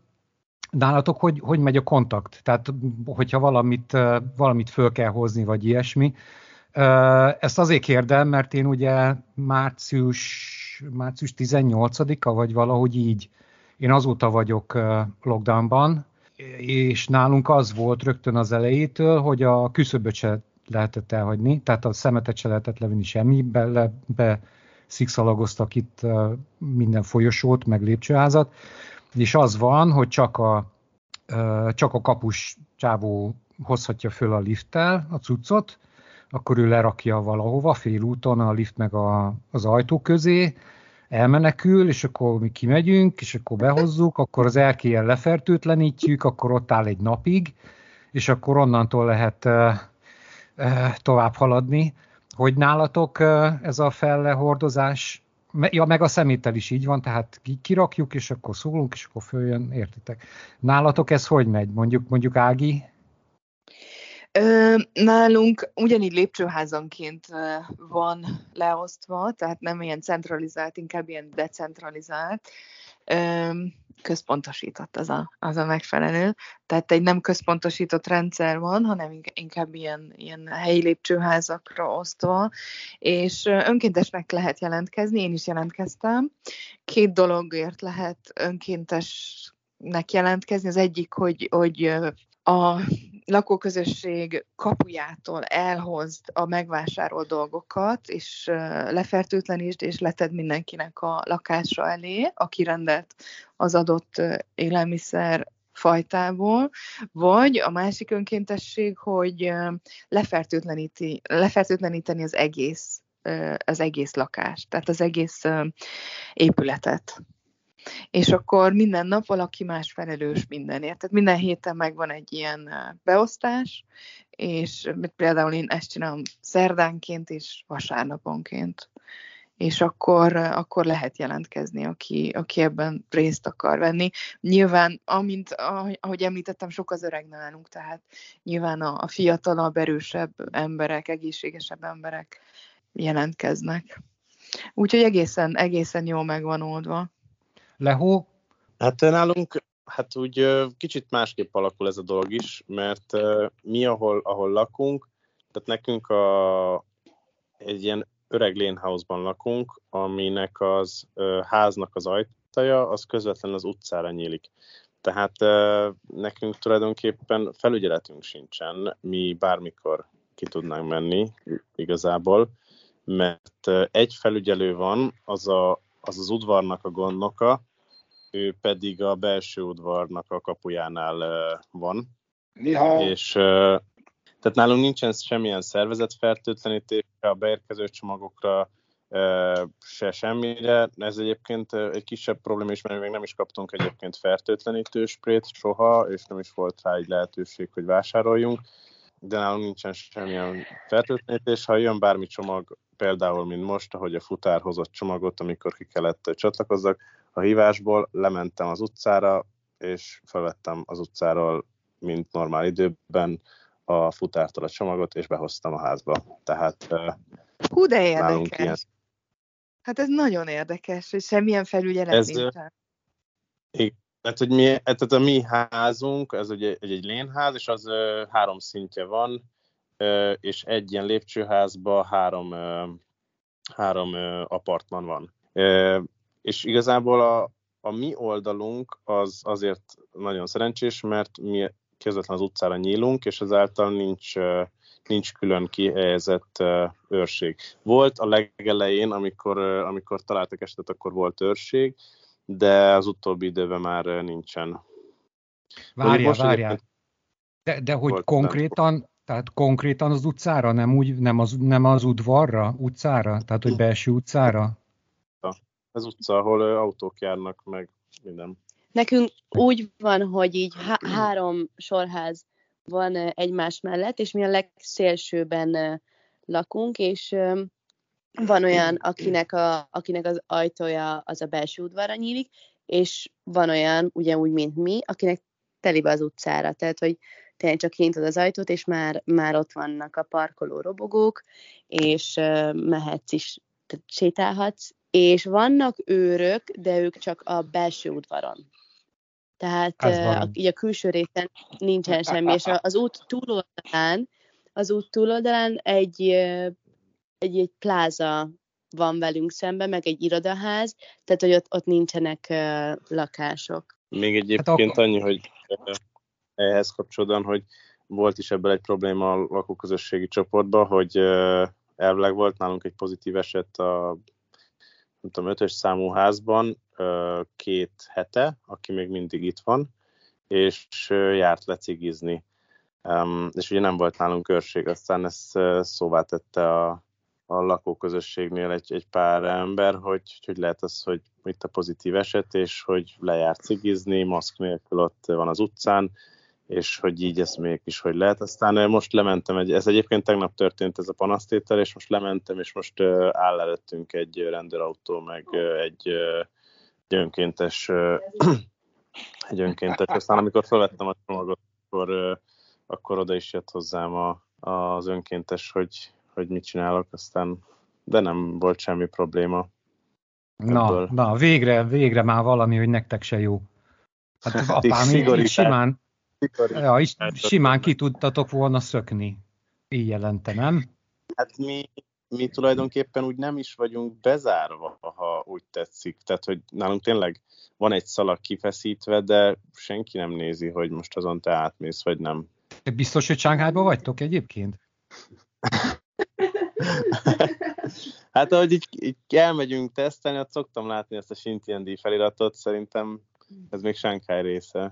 hogy megy a kontakt? Tehát, hogyha valamit föl kell hozni, vagy ilyesmi. Ezt azért kérdem, mert én ugye március 18-a, vagy valahogy így, én azóta vagyok lockdownban, és nálunk az volt rögtön az elejétől, hogy a küszöböt se lehetett elhagyni, tehát a szemetet se lehetett levinni semmi, szikszalagoztak itt minden folyosót, meg lépcsőházat, és az van, hogy csak a kapus csávó hozhatja föl a lifttel a cuccot, akkor ő lerakja valahova, félúton a lift meg az ajtó közé, elmenekül, és akkor mi kimegyünk, és akkor behozzuk, akkor az erkélyen lefertőtlenítjük, akkor ott áll egy napig, és akkor onnantól lehet tovább haladni. Hogy nálatok ez a fellehordozás, meg a szeméttel is így van, tehát kirakjuk, és akkor szólunk, és akkor följön, értitek. Nálatok ez hogy megy? Mondjuk Ági? Nálunk ugyanígy lépcsőházanként van leosztva, tehát nem ilyen centralizált, inkább ilyen decentralizált, központosított az a megfelelő. Tehát egy nem központosított rendszer van, hanem inkább ilyen helyi lépcsőházakra osztva, és önkéntesnek lehet jelentkezni, én is jelentkeztem. 2 dologért lehet önkéntesnek jelentkezni. Az egyik, hogy a lakóközösség kapujától elhozd a megvásárolt dolgokat, és lefertőtlenítsd, és leted mindenkinek a lakása elé, aki rendelt az adott élelmiszer fajtából, vagy a másik önkéntesség, hogy lefertőtleníteni az egész lakást, tehát az egész épületet. És akkor minden nap valaki más felelős mindenért. Tehát minden héten megvan egy ilyen beosztás, és például én ezt csinálom szerdánként és vasárnaponként. És akkor lehet jelentkezni, aki ebben részt akar venni. Nyilván, ahogy említettem, sok az öreg nálunk, tehát nyilván a fiatalabb, erősebb emberek, egészségesebb emberek jelentkeznek. Úgyhogy egészen jól meg van oldva. Lehó? Hát nálunk úgy kicsit másképp alakul ez a dolog is, mert mi, ahol lakunk, tehát nekünk egy ilyen öreg lénhouse-ban lakunk, aminek az háznak az ajtaja, az közvetlenül az utcára nyílik. Tehát nekünk tulajdonképpen felügyeletünk sincsen, mi bármikor ki tudnánk menni igazából, mert egy felügyelő van, az udvarnak a gondnoka, ő pedig a belső udvarnak a kapujánál van. Néha. És Tehát nálunk nincsen semmilyen szervezetfertőtlenítés, se a beérkező csomagokra, se semmire. Ez egyébként egy kisebb probléma is, mert még nem is kaptunk egyébként fertőtlenítő sprét soha, és nem is volt rá egy lehetőség, hogy vásároljunk. De nálunk nincsen semmilyen fertőtlenítés. Ha jön bármi csomag, például, mint most, ahogy a futár hozott csomagot, amikor ki kellett csatlakozzak, a hívásból lementem az utcára, és felvettem az utcáról, mint normál időben, a futártól a csomagot, és behoztam a házba. Tehát Hú, de nálunk érdekes. ilyen. Hát ez nagyon érdekes, hogy semmilyen felügyelet nincsen. Tehát a mi házunk, ez ugye egy lénház, és az 3 szintje van, és egy ilyen lépcsőházban 3 apartman van. És igazából a mi oldalunk az azért nagyon szerencsés, mert mi közvetlen az utcára nyílunk, és ezáltal nincs külön kihelyezett őrség. Volt a legelején, amikor találtak esetet, akkor volt őrség, de az utóbbi időben már nincsen. Várjál. De hogy konkrétan az utcára, nem az udvarra, utcára? Tehát, hogy belső utcára? Az utca, ahol autók járnak, meg minden. Nekünk úgy van, hogy így 3 sorház van egymás mellett, és mi a legszélsőben lakunk, és van olyan, akinek az ajtója az a belső udvarra nyílik, és van olyan, ugyanúgy, mint mi, akinek telibe az utcára. Tehát, hogy tényleg csak kinyitod az ajtót, és már ott vannak a parkoló robogók, és mehetsz is, tehát sétálhatsz, és vannak őrök, de ők csak a belső udvaron. Tehát így a külső részen nincsen semmi, és az út túloldalán egy pláza van velünk szemben, meg egy irodaház, tehát hogy ott nincsenek lakások. Még egyébként annyi, hogy ehhez kapcsolódóan, hogy volt is ebből egy probléma a lakóközösségi csoportban, hogy elvileg volt nálunk egy pozitív eset a 5-ös számú házban 2 hete, aki még mindig itt van, és járt lecigizni. És ugye nem volt nálunk őrség, aztán ezt szóvá tette a lakóközösségnél egy pár ember, hogy lehet az, hogy itt a pozitív eset, és hogy lejárt cigizni, maszk nélkül ott van az utcán, és hogy így ez mégis hogy lehet. Aztán most lementem, ez egyébként tegnap történt ez a panasztétel, és most lementem, és most áll előttünk egy rendőrautó, meg egy önkéntes, Aztán amikor felvettem a csomagot, akkor oda is jött hozzám az önkéntes, hogy mit csinálok, aztán, de nem volt semmi probléma. Na, végre már valami, hogy nektek se jó. Hát apám így simán ki tudtatok volna szökni. Így jelente, nem? Hát mi tulajdonképpen úgy nem is vagyunk bezárva, ha úgy tetszik. Tehát, hogy nálunk tényleg van egy szalag kifeszítve, de senki nem nézi, hogy most azon te átmész, vagy nem. Biztos, hogy Sánghájban vagytok egyébként? Hát ahogy így elmegyünk tesztelni, ott szoktam látni ezt a Xintiandi feliratot, szerintem ez még Sángháj része.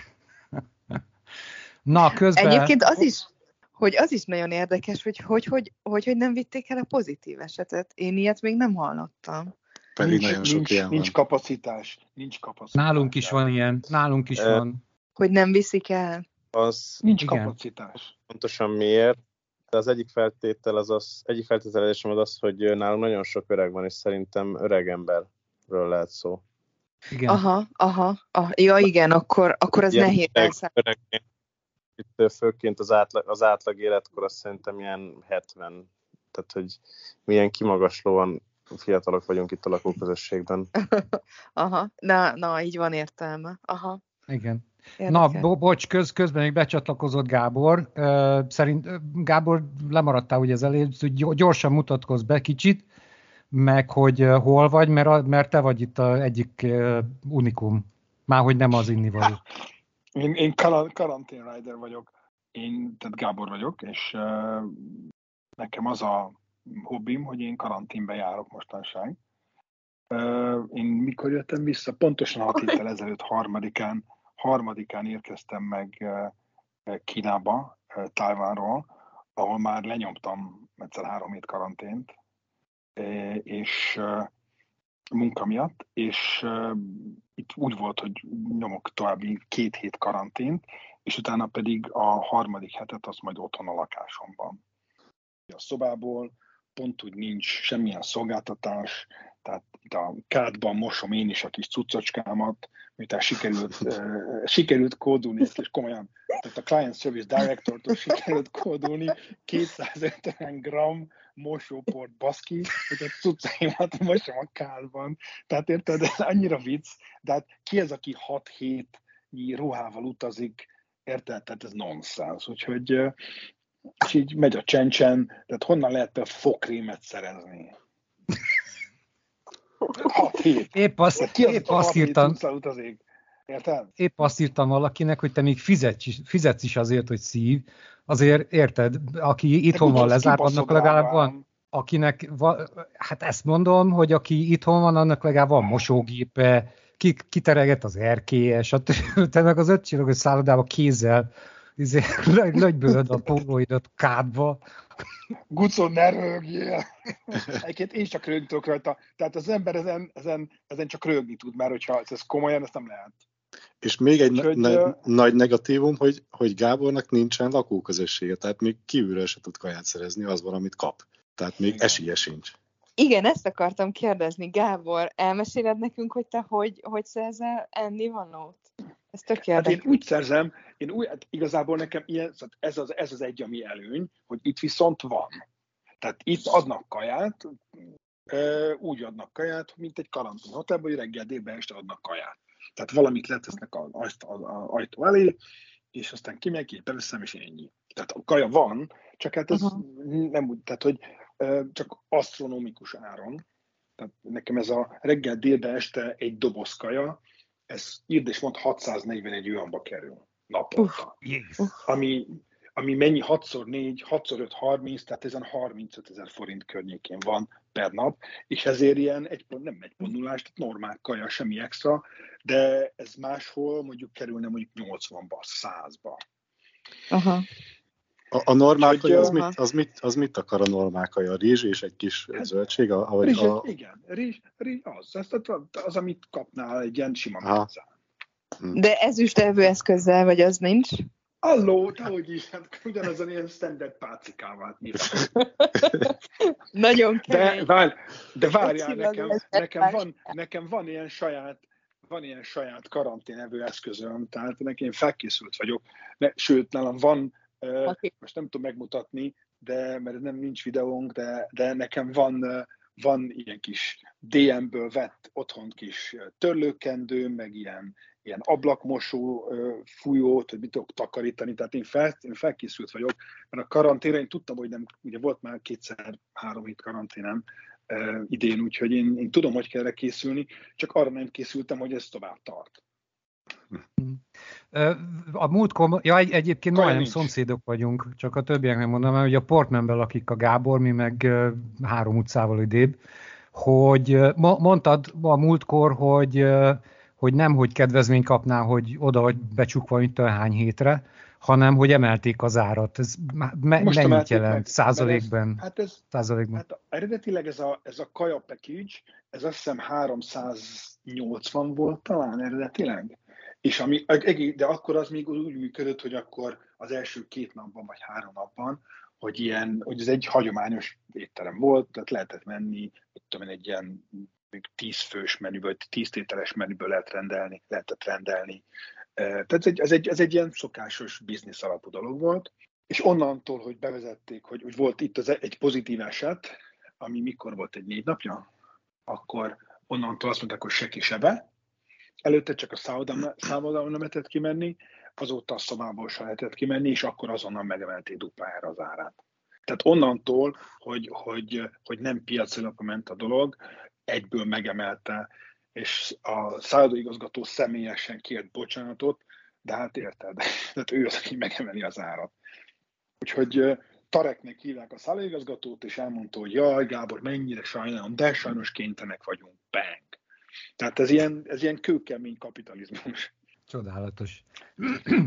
Na, közben... Egyébként az is nagyon érdekes, hogy nem vitték el a pozitív esetet. Én ilyet még nem hallottam. Pedig nagyon sok ilyen nincs kapacitás. Nálunk is van ilyen, van. Hogy nem viszik el? Nincs kapacitás. Pontosan miért? De az egyik feltételezésem az, hogy nálunk nagyon sok öreg van, és szerintem öreg emberről lehet szó. Igen. Aha. Ja, igen, akkor az nehéz elszállni. Itt főként az átlag életkor azt szerintem ilyen 70. Tehát, hogy milyen kimagaslóan fiatalok vagyunk itt a lakóközösségben. Aha, na, így van értelme. Aha. Igen. Érdekes. Na, bocs, közben még becsatlakozott Gábor. Gábor, lemaradtál ugye az előtt, gyorsan mutatkozz be kicsit, meg hogy hol vagy, mert te vagy itt az egyik unikum. Márhogy nem az innivaló. Én karantén rider vagyok. Tehát Gábor vagyok, és nekem az a hobbim, hogy én karanténbe járok mostanság. Én mikor jöttem vissza? Pontosan 6 héttel ezelőtt, harmadikán érkeztem meg Kínába, Tajvánról, ahol már lenyomtam egyszer 3 hét karantént, és munka miatt, és itt úgy volt, hogy nyomok további 2 hét karantént, és utána pedig a 3. hetet az majd otthon a lakásomban. A szobából pont úgy nincs semmilyen szolgáltatás, tehát itt a kádban mosom én is a kis cuccocskámat, miután sikerült kódolni, és komolyan, tehát a Client Service Director-tól sikerült kódolni 250 g mosóport, baszki, hogy a cuccaimat mosom a kádban. Tehát érted, ez annyira vicc, de hát ki ez, aki 6 hétnyi ruhával utazik, érted? Tehát ez nonsense, úgyhogy és így megy a csencsen, tehát honnan lehet a fogkrémet szerezni? 6 hét. Épp azt írtam. Érted? Épp azt írtam valakinek, hogy te még fizetsz is azért, hogy szív. Azért érted, aki itthon van lezárva, annak legalább van, akinek hát ezt mondom, hogy aki itthon van, annak legalább van mosógépe, kitereget az erkélye, stb. Te meg az 5 csillagos szállodában kézzel lögybölöd a pólóidat kádba. Gucon, ne rögjél! Egyébként én csak rögtök rajta. Tehát az ember ezen csak rögni tud, mert hogyha ez komolyan, ezt nem lehet. És még egy nagy negatívum, hogy Gábornak nincsen lakóközössége, tehát még kívülről se tud kaját szerezni, az van, amit kap. Tehát még esélye sincs. Igen, ezt akartam kérdezni. Gábor, elmeséled nekünk, hogy te hogy szerzel ennivalót? Ez tök érdekes. Hát én úgy szerzem, hát igazából nekem ilyen, ez az egy, ami előny, hogy itt viszont van. Tehát itt adnak kaját, úgy adnak kaját, mint egy karantén hotelben, hogy reggel, délben, este adnak kaját. Tehát valamit letesznek az ajtó elé, és aztán kimegyek, beveszem, és ennyi. Tehát a kaja van, csak hát ez nem úgy, tehát hogy csak asztronómikus áron. Tehát nekem ez a reggel, délben, este egy doboz kaja, ez írd és mond 641 yuanba kerül naponta. Ami mennyi 6x4, 6x5, 30, tehát ezen 35 000 forint környékén van per nap, és ezért ilyen nem 1.0, tehát normál kaja, semmi extra, de ez máshol mondjuk kerülne mondjuk 80-ba, 100-ba. Aha. A normál kaja, az mit akar a normál kaja? A rizs és egy kis zöldség? Igen, rizs az, amit kapnál egy ilyen sima pizzán. De ezüstevő eszközzel, vagy az nincs? Halló, dehogy is, hát ugyanazon ilyen standard pácikával nyilván. Nagyon kemény. De várjál, nekem van ilyen saját karanténevő eszközöm, tehát nekem felkészült vagyok. Sőt, nálam van, most nem tudom megmutatni, de mert nem nincs videónk, de nekem van ilyen kis DM-ből vett otthon kis törlőkendő, meg ilyen ablakmosó fújót, hogy mit tudok takarítani, tehát én felkészült vagyok, mert a karanténre én tudtam, hogy nem, ugye volt már 2-3 hét karanténem idén, úgyhogy én tudom, hogy kell készülni, csak arra nem készültem, hogy ez tovább tart. A múltkor, egyébként majdnem szomszédok vagyunk, csak a többieknek mondom, mert ugye a Portmanben lakik a Gábor, mi meg 3 utcával idébb, hogy mondtad a múltkor, hogy nem, hogy kedvezményt kapnál, hogy oda vagy becsukva mint hány hétre, hanem hogy emelték az árat. Ez mennyit jelent százalékban? Hát eredetileg ez a kaja package, ez azt hiszem 380 volt talán eredetileg. És de akkor az még úgy működött, hogy akkor az első 2 napban vagy 3 napban, hogy ez egy hagyományos étterem volt, tehát lehetett menni, egy ilyen 10 fős menüből, 10 tételes menüből lehetett rendelni. Tehát ez egy ilyen szokásos biznisz alapú dolog volt, és onnantól, hogy bevezették, hogy volt itt egy pozitív eset, ami mikor volt, egy 4 napja, akkor onnantól azt mondták, hogy seki sebe. Előtte csak a szállodában nem lehetett kimenni, azóta a szobából sem lehetett kimenni, és akkor azonnal megemelték duplájára az árát. Tehát onnantól, hogy nem piacilapra ment a dolog, egyből megemelte, és a szállodóigazgató személyesen kért bocsánatot, de hát érted, tehát ő az, aki megemeli az árat. Úgyhogy Tareknek hívják a szállodóigazgatót, és elmondta, hogy jaj, Gábor, mennyire sajnálom, de sajnos kénytelenek vagyunk. Bang! Tehát ez ilyen kőkemény kapitalizmus. Csodálatos.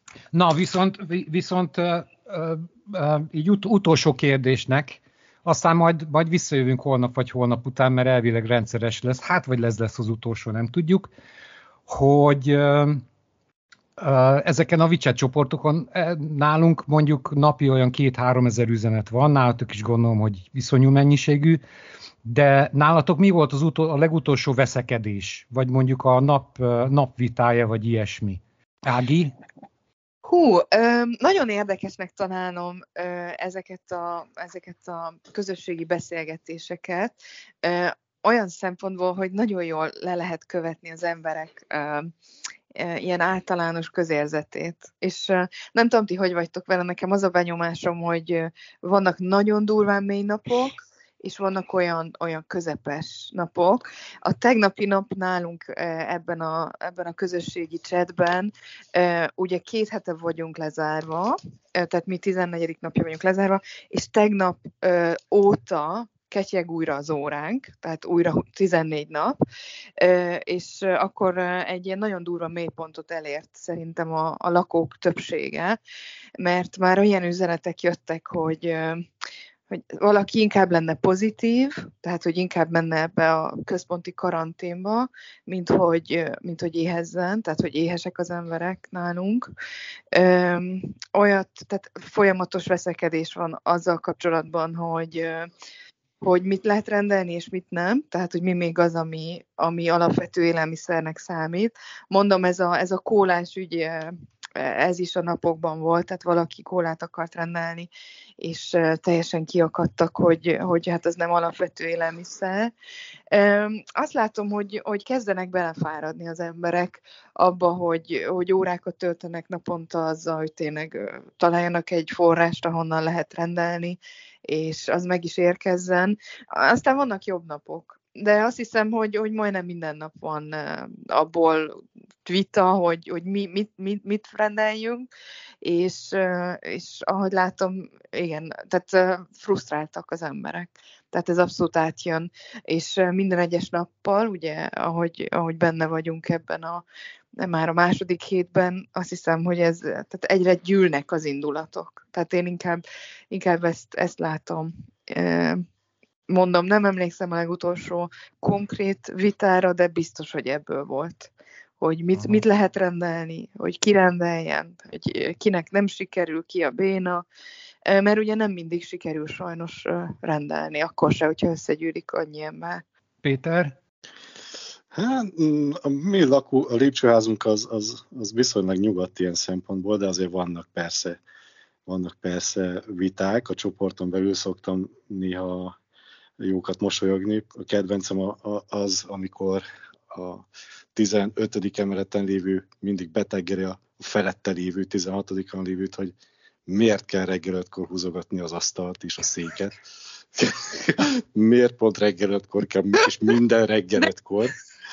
Na, viszont így utolsó kérdésnek, aztán majd visszajövünk holnap vagy holnap után, mert elvileg rendszeres lesz, vagy lesz az utolsó, nem tudjuk, hogy ezeken a WeChat csoportokon nálunk mondjuk napi olyan 2-3 ezer üzenet van, nálatok is gondolom, hogy iszonyú mennyiségű, de nálatok mi volt a legutolsó veszekedés, vagy mondjuk a napvitája, vagy ilyesmi? Ági? Nagyon érdekesnek találom ezeket a közösségi beszélgetéseket, olyan szempontból, hogy nagyon jól le lehet követni az emberek ilyen általános közérzetét. És nem tudom, ti hogy vagytok vele, nekem az a benyomásom, hogy vannak nagyon durván mély napok, és vannak olyan közepes napok. A tegnapi nap nálunk ebben a közösségi chatben, ugye 2 hete vagyunk lezárva, tehát mi 14. napja vagyunk lezárva, és tegnap óta ketyeg újra az óránk, tehát újra 14 nap, és akkor egy ilyen nagyon durva mélypontot elért szerintem a lakók többsége, mert már olyan üzenetek jöttek, hogy valaki inkább lenne pozitív, tehát hogy inkább menne ebbe a központi karanténba, mint hogy éhezzen, tehát hogy éhesek az emberek nálunk. Tehát folyamatos veszekedés van azzal kapcsolatban, hogy mit lehet rendelni, és mit nem, tehát hogy mi még az, ami alapvető élelmiszernek számít. Mondom, ez a kólás ügy, ez is a napokban volt, tehát valaki kólát akart rendelni, és teljesen kiakadtak, hogy hát az nem alapvető élelmiszer. Azt látom, hogy kezdenek belefáradni az emberek abba, hogy órákat töltenek naponta azzal, hogy tényleg találjanak egy forrást, ahonnan lehet rendelni, és az meg is érkezzen. Aztán vannak jobb napok, de azt hiszem, hogy majdnem minden nap van abból vita, hogy mit rendeljünk, és ahogy látom, igen, tehát frusztráltak az emberek. Tehát ez abszolút átjön, és minden egyes nappal, ugye, ahogy benne vagyunk ebben már a második hétben, azt hiszem, hogy tehát egyre gyűlnek az indulatok. Tehát én inkább ezt látom. Mondom, nem emlékszem a legutolsó konkrét vitára, de biztos, hogy ebből volt. Hogy mit lehet rendelni, hogy ki rendeljen, hogy kinek nem sikerül, ki a béna, mert ugye nem mindig sikerül sajnos rendelni, akkor se, hogyha összegyűlik annyi ember. Péter? Hát, a lépcsőházunk az viszonylag nyugodt ilyen szempontból, de azért vannak persze viták. A csoporton belül szoktam néha jókat mosolyogni. A kedvencem az, amikor a 15. emeleten lévő mindig beteggeri a felette lévő 16-on lévőt, hogy miért kell reggel 5-kor húzogatni az asztalt és a széket. Miért pont reggel 5-kor kell, és minden reggel 5-kor.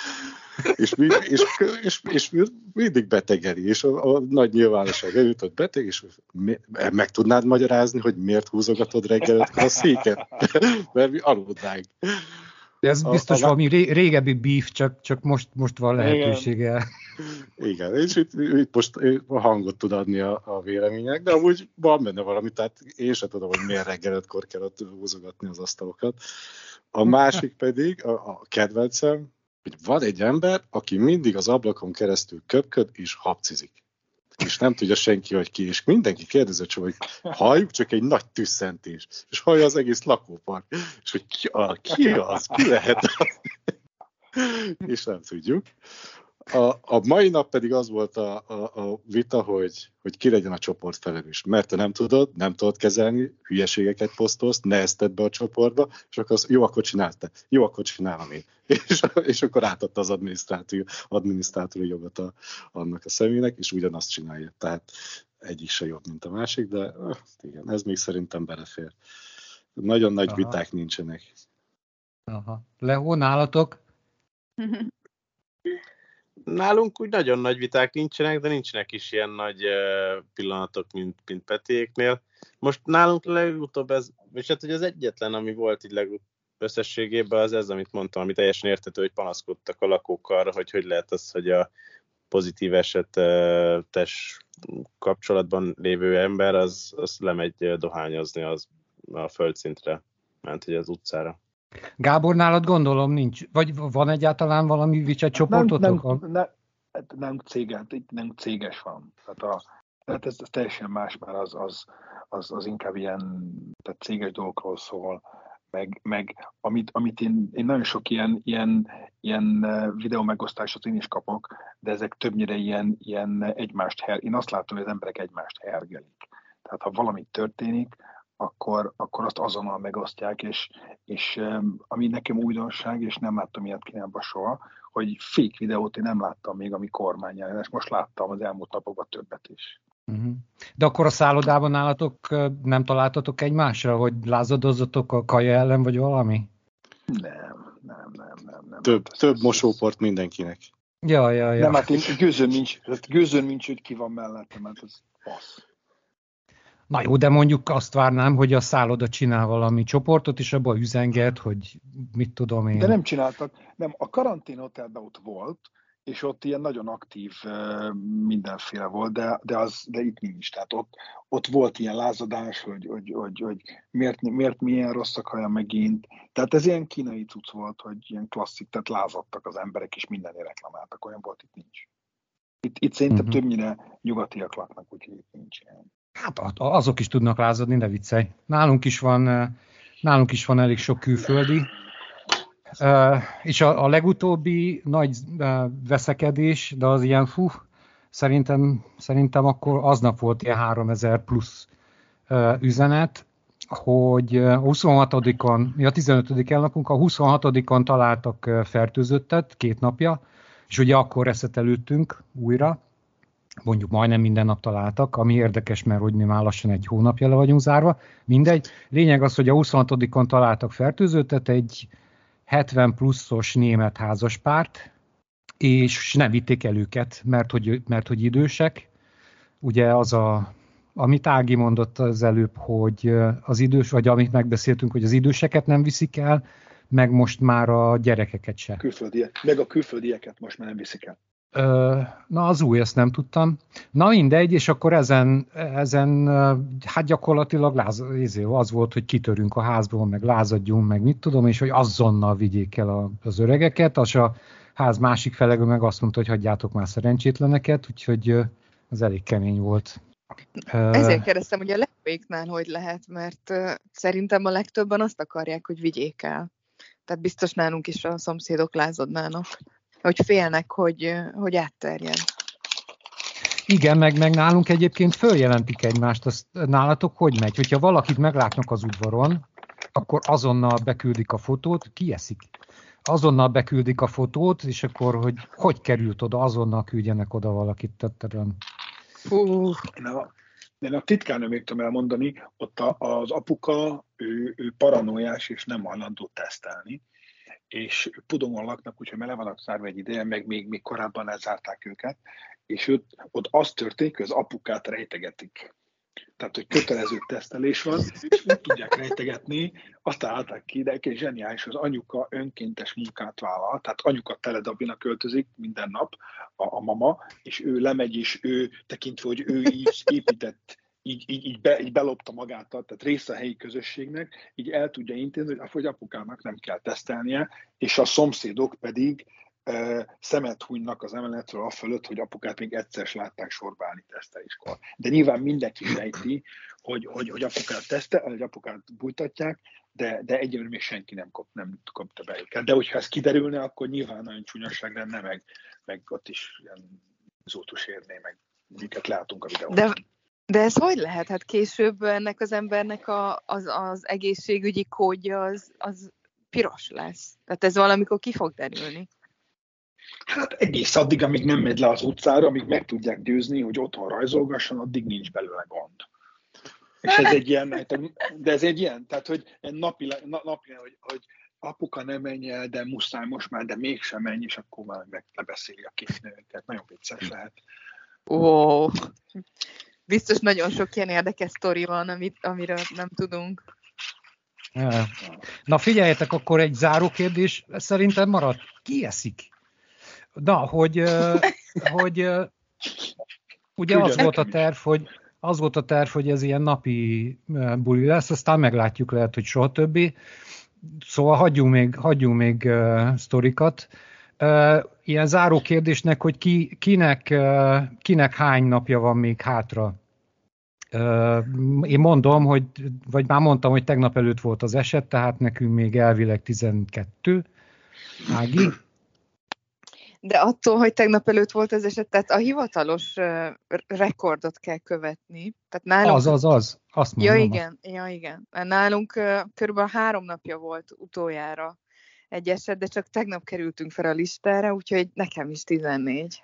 És mindig betegeli, és a nagy nyilvánosság eljutott beteg, és meg tudnád magyarázni, hogy miért húzogatod reggel 5-kor a széket? Mert mi aludnánk. Ez biztos valami régebbi beef, csak most van lehetősége. Igen, és itt most hangot tud adni a vélemények, de amúgy van benne valami, tehát én sem tudom, hogy miért reggel 5-kor kell ott húzogatni az asztalokat. A másik pedig, a kedvencem, hogy van egy ember, aki mindig az ablakon keresztül köpköd és hapcizik. És nem tudja senki, hogy ki, és mindenki kérdezi, hogy halljuk csak egy nagy tüsszentés, és hallja az egész lakópark, és hogy ki az, ki lehet az, és nem tudjuk. A mai nap pedig az volt a vita, hogy ki legyen a csoportfelelős. Mert te nem tudod kezelni, hülyeségeket posztolsz, ne ezt tedd be a csoportba, és akkor jó, akkor csináld te. Jó, akkor csinálom én. És akkor átadta az adminisztrátori jogot annak a személynek, és ugyanazt csinálja. Tehát egyik se jobb, mint a másik, de igen, ez még szerintem belefér. Nagyon nagy viták nincsenek. Aha. Lehó, nálatok? Nálunk úgy nagyon nagy viták nincsenek, de nincsenek is ilyen nagy pillanatok, mint Petiéknél. Most nálunk legutóbb és hát hogy az egyetlen, ami volt így összességében, az ez, amit mondtam, ami teljesen érthető, hogy panaszkodtak a lakók arra, hogy lehet az, hogy a pozitív esetes kapcsolatban lévő ember, az lemegy dohányozni a földszintre, ment ugye az utcára. Gábor, nálad gondolom nincs, vagy van egyáltalán valami WeChat csoportotok? Nem céges van. Tehát ez teljesen más, mert az inkább ilyen tehát céges dolgokról szól, meg amit én nagyon sok ilyen videó megosztásot én is kapok, de ezek többnyire ilyen egymást én azt látom, hogy az emberek egymást hergelik. Tehát ha valami történik, akkor azt azonnal megosztják, és ami nekem újdonság, és nem láttam ilyet Kínában soha, hogy fake videót én nem láttam még, ami kormányjelen, és most láttam az elmúlt napokban többet is. De akkor a szállodában nálatok nem találtatok egymásra, hogy lázadozzatok a kaja ellen, vagy valami? Nem. Több mosóport mindenkinek. Ja. Nem, hát gőzön nincs, hogy ki van mellettem, mert ez passz. Na jó, de mondjuk azt várnám, hogy a szálloda csinál valami csoportot, és abban üzenget, hogy mit tudom én. De nem csináltak. Nem, a karanténhotelben ott volt, és ott ilyen nagyon aktív mindenféle volt, de itt nincs. Tehát ott volt ilyen lázadás, hogy miért milyen rossz a kaja megint. Tehát ez ilyen kínai cucc volt, hogy ilyen klasszik, tehát lázadtak az emberek, és mindenért reklamáltak. Olyan volt, itt nincs. Itt szerintem többnyire nyugatiak laknak, úgyhogy itt nincs ilyen. Hát azok is tudnak lázadni, ne viccelj. Nálunk is van elég sok külföldi. És a legutóbbi nagy veszekedés, de az ilyen szerintem akkor aznap volt ilyen 3000 plusz üzenet, hogy a 26-on, mi a 15. elnapunk, a 26-on találtak fertőzöttet 2 napja, és ugye akkor reszetelődtünk újra, mondjuk majdnem minden nap találtak, ami érdekes, mert hogy mi már lassan 1 hónapja le vagyunk zárva, mindegy. Lényeg az, hogy a 26-on találtak fertőzöttet, egy 70 pluszos német házaspárt, és nem vitték el őket, mert hogy idősek. Ugye amit Ági mondott az előbb, hogy az idős, vagy amit megbeszéltünk, hogy az időseket nem viszik el, meg most már a gyerekeket se. Meg a külföldieket most már nem viszik el. Na az új, ezt nem tudtam. Na mindegy, és akkor ezen hát gyakorlatilag az volt, hogy kitörünk a házból, meg lázadjunk, meg mit tudom, és hogy azonnal vigyék el az öregeket, és a ház másik felegő meg azt mondta, hogy hagyjátok már szerencsétleneket, úgyhogy az elég kemény volt. Ezért kérdeztem, hogy a legjobbiknál hogy lehet, mert szerintem a legtöbben azt akarják, hogy vigyék el. Tehát biztos nálunk is a szomszédok lázadnának. Hogy félnek, hogy átterjed. Igen, meg nálunk egyébként följelentik egymást. Azt nálatok hogy megy? Hogyha valakit meglátnak az udvaron, akkor azonnal beküldik a fotót, kieszik. Azonnal beküldik a fotót, és akkor hogy került oda, azonnal küldjenek oda valakit. Én a titkárnőm tudom elmondani, ott az apuka, ő paranoiás, és nem hajlandó tesztelni. És Pudogon laknak, úgyhogy le vannak zárva egy ideje, meg még korábban elzárták őket, és ott az történik, hogy az apukát rejtegetik. Tehát, hogy kötelező tesztelés van, és úgy tudják rejtegetni, azt állták ki, de egy zseniális, az anyuka önkéntes munkát vállal, tehát anyuka teledabinak költözik minden nap, a mama, és ő lemegy, és ő tekintve, hogy ő így épített, így belopta magát, tehát része a helyi közösségnek, így el tudja intézni, hogy apukának nem kell tesztelnie, és a szomszédok pedig szemet hunynak az emeletről afölött, hogy apukát még egyszer látták sorba állni teszteléskor. De nyilván mindenki sejti, hogy apukát hogy apukát bújtatják, de egyelőre még senki nem kapta be őket. De hogyha ez kiderülne, akkor nyilván nagyon csúnyasság lenne, meg ott is ilyen zótus érné, meg miket látunk a videóban. De ez hogy lehet? Hát később ennek az embernek az egészségügyi kódja az piros lesz. Tehát ez valamikor ki fog derülni. Hát egész addig, amíg nem megy le az utcára, amíg meg tudják győzni, hogy otthon rajzolgasson, addig nincs belőle gond. És ez egy ilyen, de ez egy ilyen, tehát hogy napi hogy apuka nem menj el, de muszáj most már, de mégsem menj, és akkor már lebeszéli a két nőt. Tehát nagyon vicces lehet. Ó, biztos nagyon sok ilyen érdekes sztori van, amiről nem tudunk. Na figyeljetek, akkor egy záró kérdés szerintem marad. Ki eszik? Na, hogy hogy ugye az volt a terv, hogy ez ilyen napi buli lesz, aztán meglátjuk, lehet, hogy soha többé. Szóval hagyjunk még sztorikat. Ilyen záró kérdésnek, hogy kinek hány napja van még hátra. Én mondom, vagy már mondtam, hogy tegnap előtt volt az eset, tehát nekünk még elvileg 12. Ági? De attól, hogy tegnap előtt volt az eset, tehát a hivatalos rekordot kell követni. Tehát nálunk... Az. Azt mondom. Ja, igen. Nálunk körülbelül 3 napja volt utoljára egy eset, de csak tegnap kerültünk fel a listára, úgyhogy nekem is 14.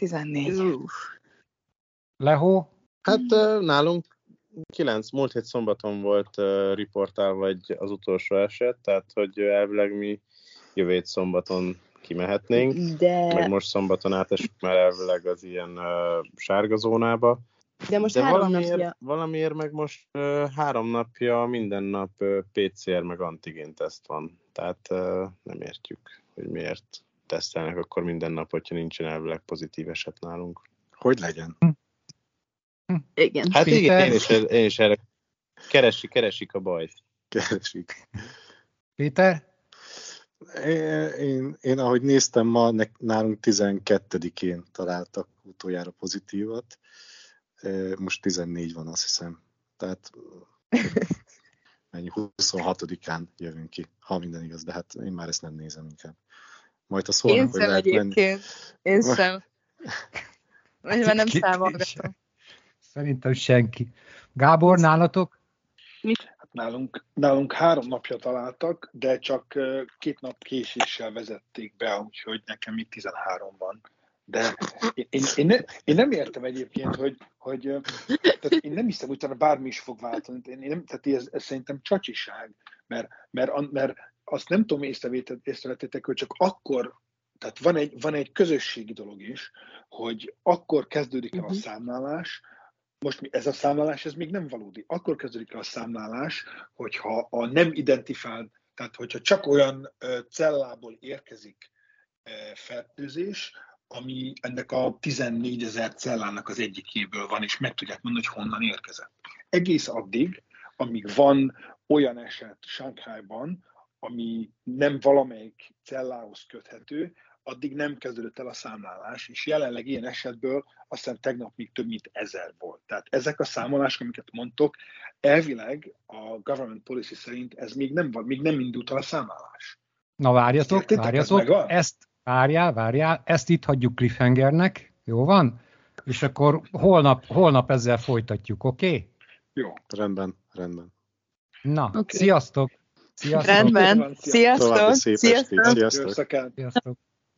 Lehó? Hát nálunk 9, múlt hét szombaton volt riportálva az utolsó eset, tehát hogy elvileg mi jövő hét szombaton kimehetnénk, meg most szombaton átesünk már elvileg az ilyen sárga zónába. De most valamiért meg most 3 napja minden nap PCR meg antigén teszt van. Tehát nem értjük, hogy miért tesztelnek akkor minden nap, hogyha nincsen elvileg pozitív eset nálunk. Hogy legyen? Igen. Hát igen, én is erre keresik a bajt. Keresik. Péter? Én ahogy néztem ma, nálunk 12-én találtak utoljára pozitívat. Most 14 van, azt hiszem. Tehát 26-án jövünk ki, ha minden igaz, de hát én már ezt nem nézem inkább. Majd azt holnap, hogy lehet menni. Én sem. Mert nem számolgatom. Szerintem senki. Gábor, nálatok? Hát nálunk 3 napja találtak, de csak 2 nap késéssel vezették be, úgyhogy nekem még 13 van. De én nem értem egyébként, hogy tehát én nem hiszem, hogy utána bármi is fog változni. Tehát ez szerintem csacsiság, mert azt nem tudom, észrevettétek, hogy csak akkor, tehát van egy közösségi dolog is, hogy akkor kezdődik el a számlálás. Most ez a számlálás, ez még nem valódi. Akkor kezdődik el a számlálás, hogyha a nem identifált, tehát hogyha csak olyan cellából érkezik fertőzés, ami ennek a 14 000 cellának az egyikéből van, és meg tudják mondani, hogy honnan érkezett. Egész addig, amíg van olyan eset Shanghaiban, ami nem valamelyik cellához köthető, addig nem kezdődött el a számlálás, és jelenleg ilyen esetből azt hiszem tegnap még több mint 1000 volt. Tehát ezek a számolások, amiket mondtok, elvileg a government policy szerint ez még nem indult el a számlálás. Na várjatok, várjál, ezt itt hagyjuk cliffhangernek, jó van? És akkor holnap ezzel folytatjuk, oké? Jó, rendben. Na, okay. Sziasztok! Rendben, sziasztok! Sziasztok! Sziasztok!